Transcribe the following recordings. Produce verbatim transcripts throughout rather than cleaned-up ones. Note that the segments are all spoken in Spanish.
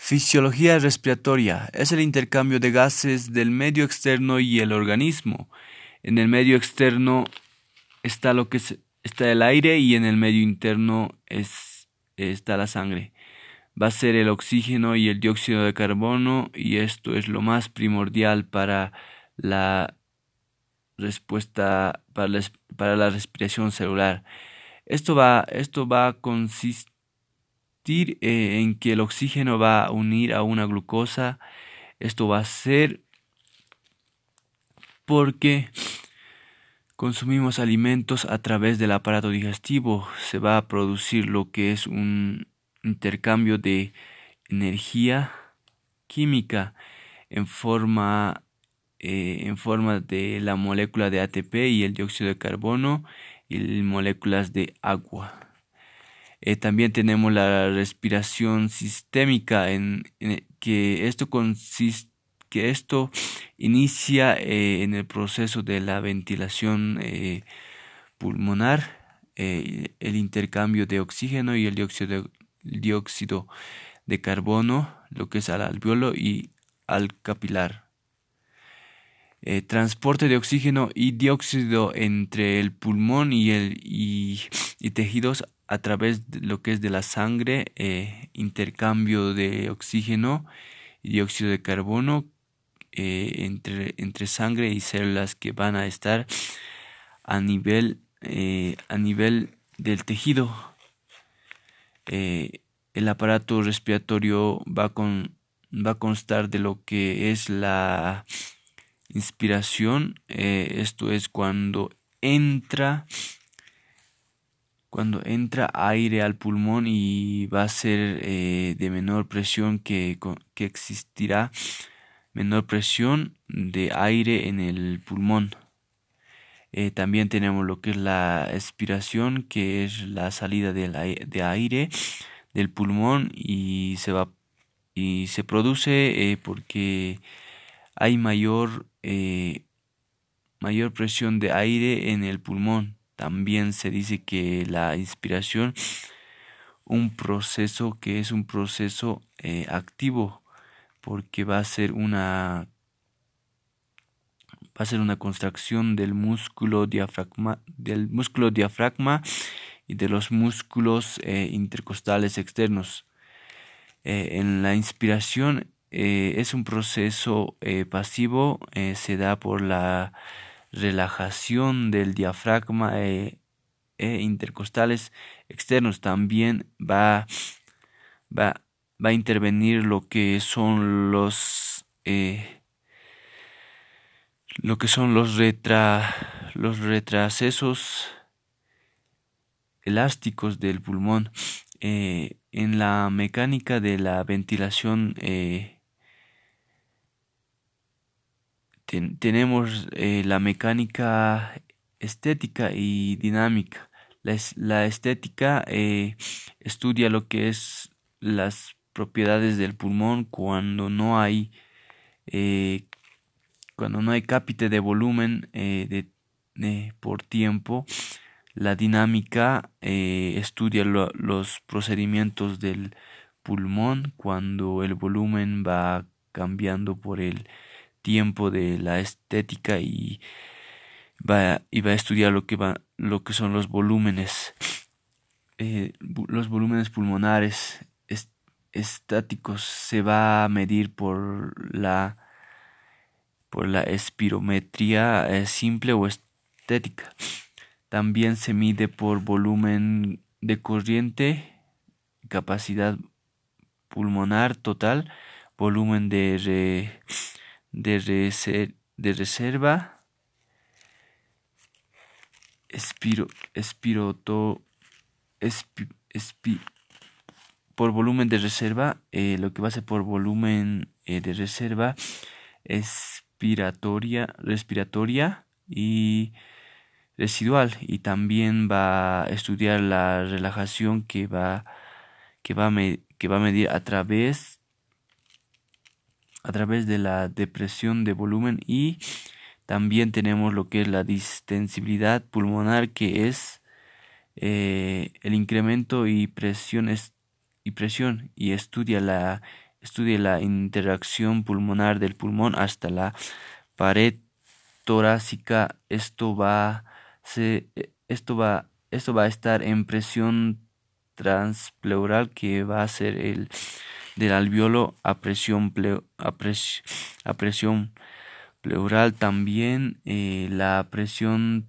Fisiología respiratoria es el intercambio de gases del medio externo y el organismo. En el medio externo está lo que es, está el aire y en el medio interno es, está la sangre. Va a ser el oxígeno y el dióxido de carbono, y esto es lo más primordial para la respuesta para la, para la respiración celular. Esto va, esto va a consistir eh, en que el oxígeno va a unir a una glucosa. Esto va a ser porque consumimos alimentos a través del aparato digestivo. Se va a producir lo que es un intercambio de energía química en forma eh, en forma de la molécula de A T P y el dióxido de carbono y moléculas de agua. Eh, también tenemos la respiración sistémica, en, en que esto consiste que esto inicia eh, en el proceso de la ventilación eh, pulmonar, eh, el intercambio de oxígeno y el dióxido de, el dióxido de carbono, lo que es al alveolo y al capilar. Eh, transporte de oxígeno y dióxido entre el pulmón y, el, y, y tejidos a través de lo que es de la sangre, eh, intercambio de oxígeno y dióxido de carbono eh, entre, entre sangre y células que van a estar a nivel, eh, a nivel del tejido. Eh, el aparato respiratorio va, con, va a constar de lo que es la inspiración, eh, esto es cuando entra cuando entra aire al pulmón y va a ser eh, de menor presión, que, que existirá menor presión de aire en el pulmón. Eh, también tenemos lo que es la expiración, que es la salida de, de aire del pulmón y se va y se produce eh, porque hay mayor eh, mayor presión de aire en el pulmón. También se dice que la inspiración, un proceso que es un proceso eh, activo, porque va a ser una va a ser una contracción del músculo diafragma del músculo diafragma y de los músculos eh, intercostales externos. Eh, en la inspiración eh, es un proceso eh, pasivo, eh, se da por la relajación del diafragma e, e intercostales externos. También va, va, va a intervenir lo que son los eh, lo que son los retra los retracesos elásticos del pulmón. Eh, en la mecánica de la ventilación eh, ten, tenemos eh, la mecánica estética y dinámica. La, es, la estética eh, estudia lo que es las propiedades del pulmón cuando no hay eh, cuando no hay cápite de volumen eh, de, de, por tiempo. La dinámica eh, estudia lo, los procedimientos del pulmón cuando el volumen va cambiando por el tiempo de la estética, y va, y va a estudiar lo que, va, lo que son los volúmenes, eh, los volúmenes pulmonares est, estáticos. Se va a medir por la, por la espirometría eh, simple o estética. También se mide por volumen de corriente, capacidad pulmonar total, volumen de, re, de, reser, de reserva, espiro, espiroto, espi, espi, por volumen de reserva, eh, lo que va a ser por volumen eh, de reserva expiratoria, respiratoria y residual. Y también va a estudiar la relajación que va que va a, me, que va a medir a través a través de la depresión de volumen. Y también tenemos lo que es la distensibilidad pulmonar, que es eh, el incremento y presión es, y presión y estudia la estudie la interacción pulmonar del pulmón hasta la pared torácica. Esto va, se, esto va, esto va a estar en presión transpleural, que va a ser el del alveolo a presión, pleu, a, pres, a presión pleural. También eh, la presión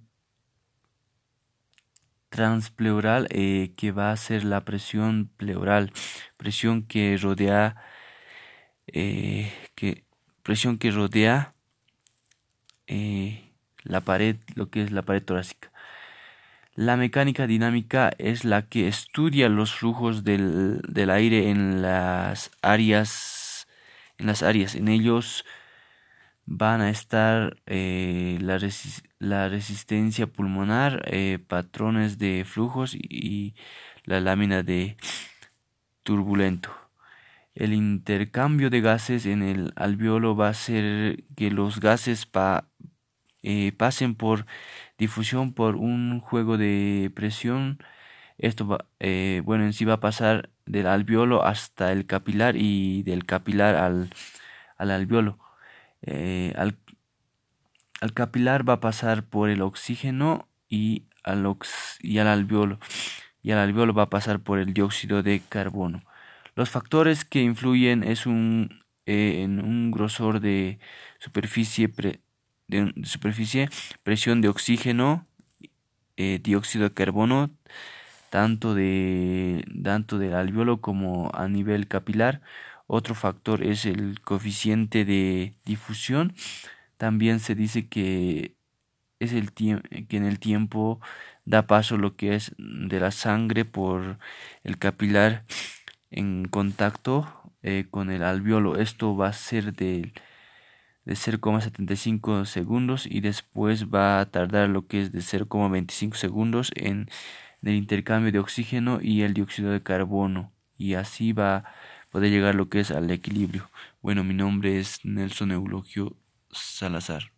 transpleural, eh, que va a ser la presión pleural, presión que rodea eh, que presión que rodea eh, la pared, lo que es la pared torácica. La mecánica dinámica es la que estudia los flujos del, del aire en las áreas, en las áreas. En ellos van a estar eh, la, resis la resistencia pulmonar, eh, patrones de flujos y, y la lámina de turbulento. El intercambio de gases en el alveolo va a hacer que los gases pa, eh, pasen por difusión por un juego de presión. Esto va, eh, bueno, en sí va a pasar del alveolo hasta el capilar y del capilar al, al alveolo. Eh, al, al capilar va a pasar por el oxígeno y al, ox, y al alveolo. Y al alveolo va a pasar por el dióxido de carbono. Los factores que influyen es un, eh, en un grosor de superficie, pre, de, de superficie, presión de oxígeno, eh, dióxido de carbono, tanto, de, tanto del alveolo como a nivel capilar. Otro factor es el coeficiente de difusión. También se dice que es el que en el tiempo da paso lo que es de la sangre por el capilar en contacto eh, con el alveolo. Esto va a ser de, de cero coma setenta y cinco segundos y después va a tardar lo que es de cero coma veinticinco segundos en el intercambio de oxígeno y el dióxido de carbono, y así va a poder llegar lo que es al equilibrio. Bueno, mi nombre es Nelson Eulogio Salazar.